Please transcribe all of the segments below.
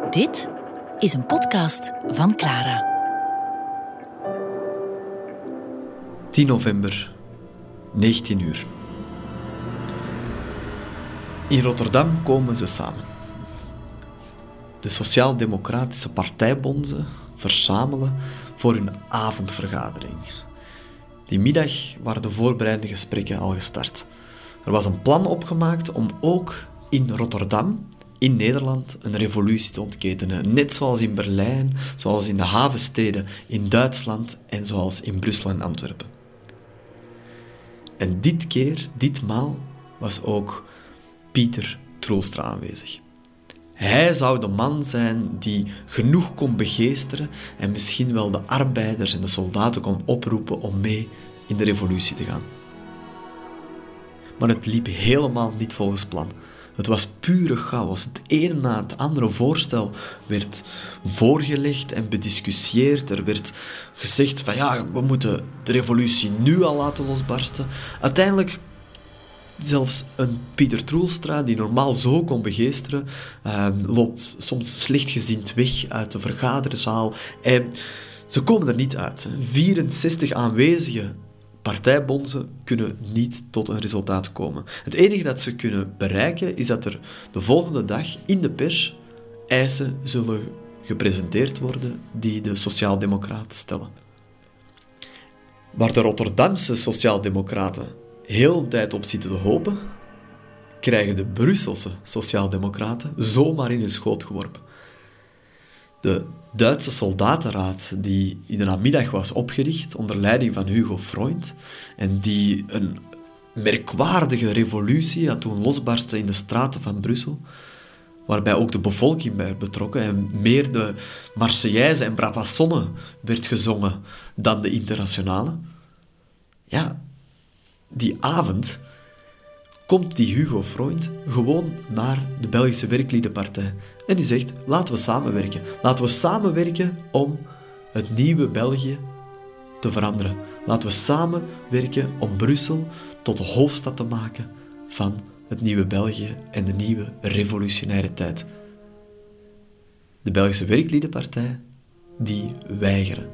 Dit is een podcast van Clara. 10 november, 19 uur. In Rotterdam komen ze samen. De Sociaal-Democratische partijbonden verzamelen voor hun avondvergadering. Die middag waren de voorbereidende gesprekken al gestart. Er was een plan opgemaakt om ook in Rotterdam, in Nederland, een revolutie te ontketenen. Net zoals in Berlijn, zoals in de havensteden in Duitsland en zoals in Brussel en Antwerpen. En ditmaal, was ook Pieter Troelstra aanwezig. Hij zou de man zijn die genoeg kon begeesteren en misschien wel de arbeiders en de soldaten kon oproepen om mee in de revolutie te gaan. Maar het liep helemaal niet volgens plan. Het was pure chaos. Het ene na het andere voorstel werd voorgelegd en bediscussieerd. Er werd gezegd van ja, we moeten de revolutie nu al laten losbarsten. Uiteindelijk zelfs een Pieter Troelstra, die normaal zo kon begeesteren, loopt soms slechtgezind weg uit de vergaderzaal. En ze komen er niet uit. 64 aanwezige partijbonden kunnen niet tot een resultaat komen. Het enige dat ze kunnen bereiken is dat er de volgende dag in de pers eisen zullen gepresenteerd worden die de Sociaaldemocraten stellen. Waar de Rotterdamse Sociaaldemocraten heel de tijd op zitten te hopen, krijgen de Brusselse Sociaaldemocraten zomaar in hun schoot geworpen. De Duitse soldatenraad, die in de namiddag was opgericht onder leiding van Hugo Freund en die een merkwaardige revolutie had toen losbarsten in de straten van Brussel, waarbij ook de bevolking bij werd betrokken en meer de Marseillaise en Brabançonne werd gezongen dan de internationale. Ja, die avond komt die Hugo Freund gewoon naar de Belgische Werkliedenpartij. En die zegt, laten we samenwerken. Laten we samenwerken om het nieuwe België te veranderen. Laten we samenwerken om Brussel tot de hoofdstad te maken van het nieuwe België en de nieuwe revolutionaire tijd. De Belgische Werkliedenpartij, die weigeren.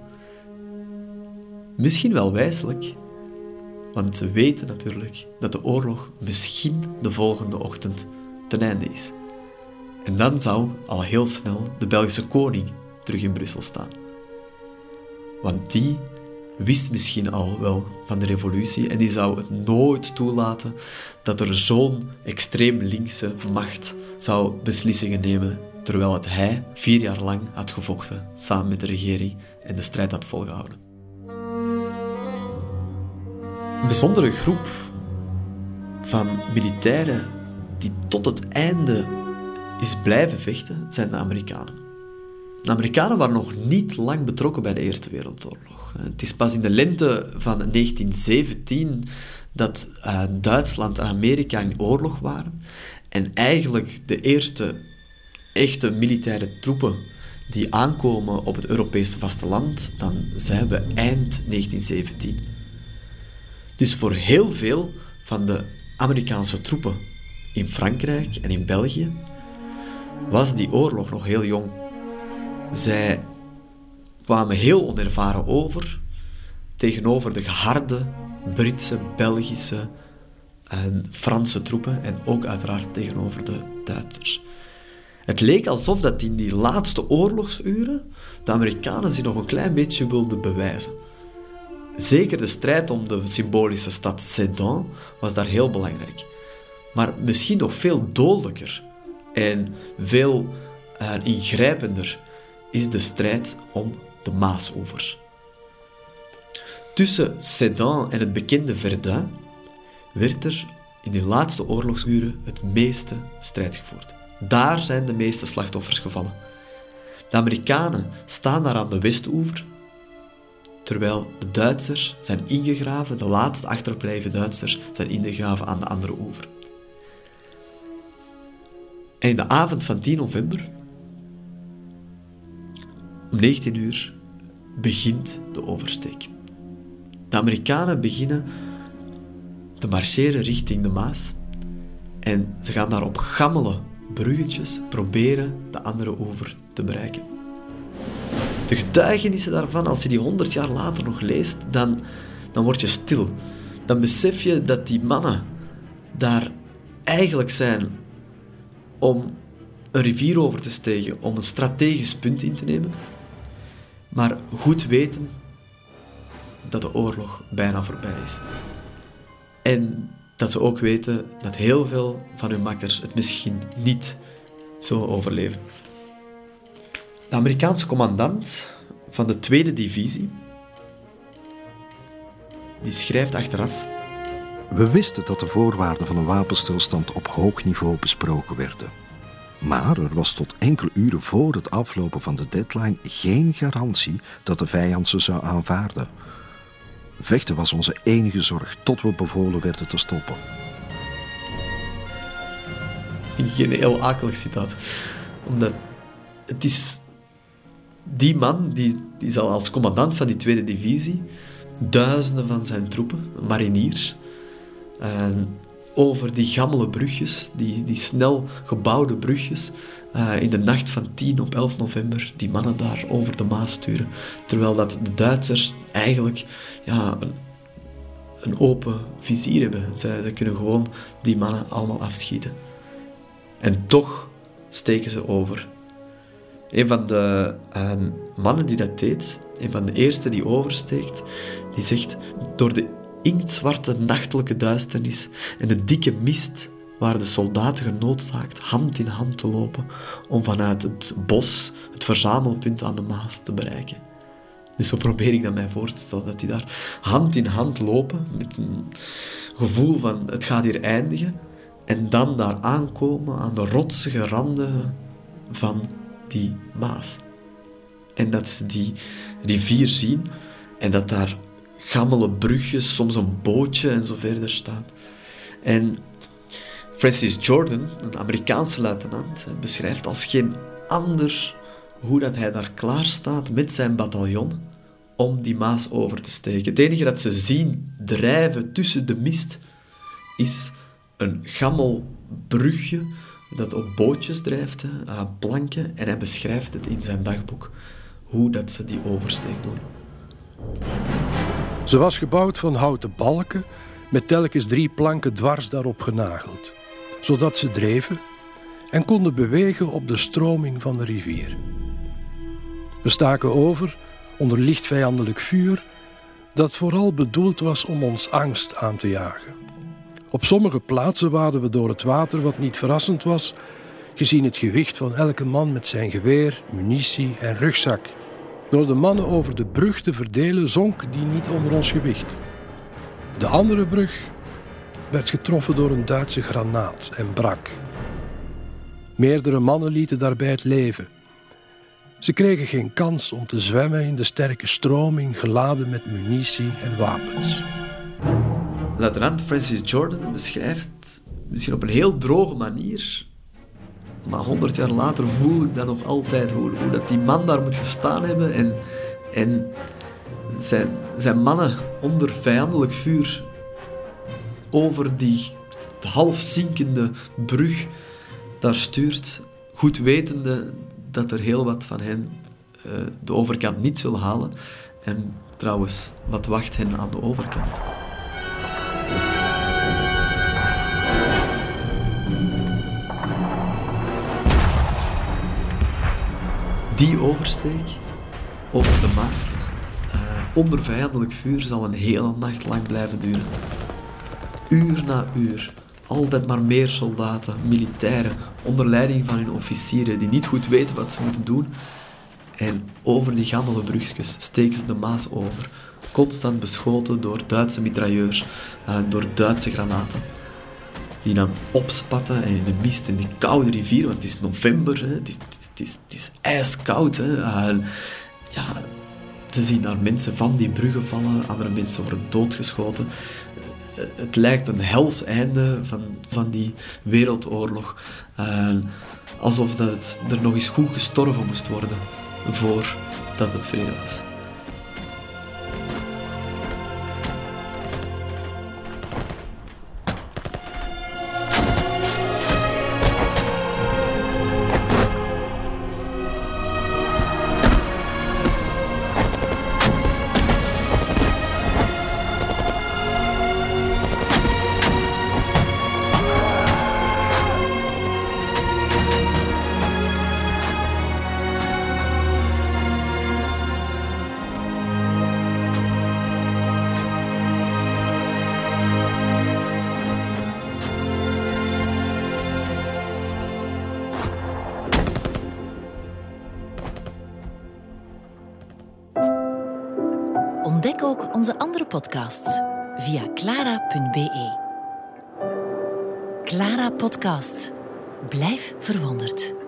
Misschien wel wijselijk, want ze weten natuurlijk dat de oorlog misschien de volgende ochtend ten einde is. En dan zou al heel snel de Belgische koning terug in Brussel staan. Want die wist misschien al wel van de revolutie en die zou het nooit toelaten dat er zo'n extreem linkse macht zou beslissingen nemen, terwijl het hij 4 jaar lang had gevochten samen met de regering en de strijd had volgehouden. Een bijzondere groep van militairen die tot het einde is blijven vechten, zijn de Amerikanen. De Amerikanen waren nog niet lang betrokken bij de Eerste Wereldoorlog. Het is pas in de lente van 1917 dat Duitsland en Amerika in oorlog waren. En eigenlijk de eerste echte militaire troepen die aankomen op het Europese vasteland, dan zijn we eind 1917. Dus voor heel veel van de Amerikaanse troepen in Frankrijk en in België was die oorlog nog heel jong. Zij kwamen heel onervaren over tegenover de geharde Britse, Belgische en Franse troepen en ook uiteraard tegenover de Duitsers. Het leek alsof dat in die laatste oorlogsuren de Amerikanen zich nog een klein beetje wilden bewijzen. Zeker de strijd om de symbolische stad Sedan was daar heel belangrijk. Maar misschien nog veel dodelijker en veel ingrijpender is de strijd om de Maasoevers. Tussen Sedan en het bekende Verdun werd er in de laatste oorlogsuren het meeste strijd gevoerd. Daar zijn de meeste slachtoffers gevallen. De Amerikanen staan daar aan de Westoever, terwijl de Duitsers zijn ingegraven, de laatste achterblijven Duitsers zijn ingegraven aan de andere oever. En in de avond van 10 november, om 19 uur, begint de oversteek. De Amerikanen beginnen te marcheren richting de Maas en ze gaan daar op gammele bruggetjes proberen de andere oever te bereiken. De getuigenissen daarvan, als je die 100 jaar later nog leest, dan word je stil. Dan besef je dat die mannen daar eigenlijk zijn om een rivier over te steken, om een strategisch punt in te nemen, maar goed weten dat de oorlog bijna voorbij is. En dat ze ook weten dat heel veel van hun makkers het misschien niet zullen overleven. De Amerikaanse commandant van de 2e divisie, die schrijft achteraf: We wisten dat de voorwaarden van een wapenstilstand op hoog niveau besproken werden. Maar er was tot enkele uren voor het aflopen van de deadline geen garantie dat de vijand ze zou aanvaarden. Vechten was onze enige zorg tot we bevolen werden te stoppen. Vind ik een heel akelig citaat. Omdat het is... Die man, die zal als commandant van die 2e divisie duizenden van zijn troepen, mariniers, over die gammele brugjes, die snel gebouwde brugjes, in de nacht van 10 op 11 november, die mannen daar over de Maas sturen. Terwijl dat de Duitsers eigenlijk een open vizier hebben. Ze kunnen gewoon die mannen allemaal afschieten. En toch steken ze over. Een van de mannen die dat deed, een van de eerste die oversteekt, die zegt: door de inktzwarte nachtelijke duisternis en de dikke mist waren de soldaten genoodzaakt hand in hand te lopen om vanuit het bos het verzamelpunt aan de Maas te bereiken. Dus zo probeer ik dat mij voor te stellen, dat die daar hand in hand lopen met een gevoel van het gaat hier eindigen en dan daar aankomen aan de rotsige randen van die Maas. En dat ze die rivier zien en dat daar gammele brugjes, soms een bootje en zo verder staan. En Francis Jordan, een Amerikaanse luitenant, beschrijft als geen ander hoe dat hij daar klaar staat met zijn bataljon om die Maas over te steken. Het enige dat ze zien drijven tussen de mist is een gammel brugje dat op bootjes drijft, aan planken, en hij beschrijft het in zijn dagboek hoe dat ze die oversteek doen. Ze was gebouwd van houten balken met telkens 3 planken dwars daarop genageld, zodat ze dreven en konden bewegen op de stroming van de rivier. We staken over onder licht vijandelijk vuur dat vooral bedoeld was om ons angst aan te jagen. Op sommige plaatsen waadden we door het water, wat niet verrassend was, gezien het gewicht van elke man met zijn geweer, munitie en rugzak. Door de mannen over de brug te verdelen zonk die niet onder ons gewicht. De andere brug werd getroffen door een Duitse granaat en brak. Meerdere mannen lieten daarbij het leven. Ze kregen geen kans om te zwemmen in de sterke stroming geladen met munitie en wapens. Luitenant Francis Jordan beschrijft, misschien op een heel droge manier, maar 100 jaar later voel ik dat nog altijd, hoe dat die man daar moet gestaan hebben en zijn mannen onder vijandelijk vuur over die half zinkende brug daar stuurt, goed wetende dat er heel wat van hen de overkant niet zullen halen. En trouwens, wat wacht hen aan de overkant? Die oversteek over de Maas, onder vijandelijk vuur, zal een hele nacht lang blijven duren. Uur na uur, altijd maar meer soldaten, militairen, onder leiding van hun officieren, die niet goed weten wat ze moeten doen. En over die gammele brugjes steken ze de Maas over, constant beschoten door Duitse mitrailleurs, door Duitse granaten. Die dan opspatten en in de mist, in die koude rivier, want het is november, hè, het is ijskoud. Hè. Te zien daar mensen van die bruggen vallen, andere mensen worden doodgeschoten. Het lijkt een hels einde van die wereldoorlog. Alsof dat er nog eens goed gestorven moest worden voordat het vrede was. Ontdek ook onze andere podcasts via clara.be. Clara Podcast. Blijf verwonderd.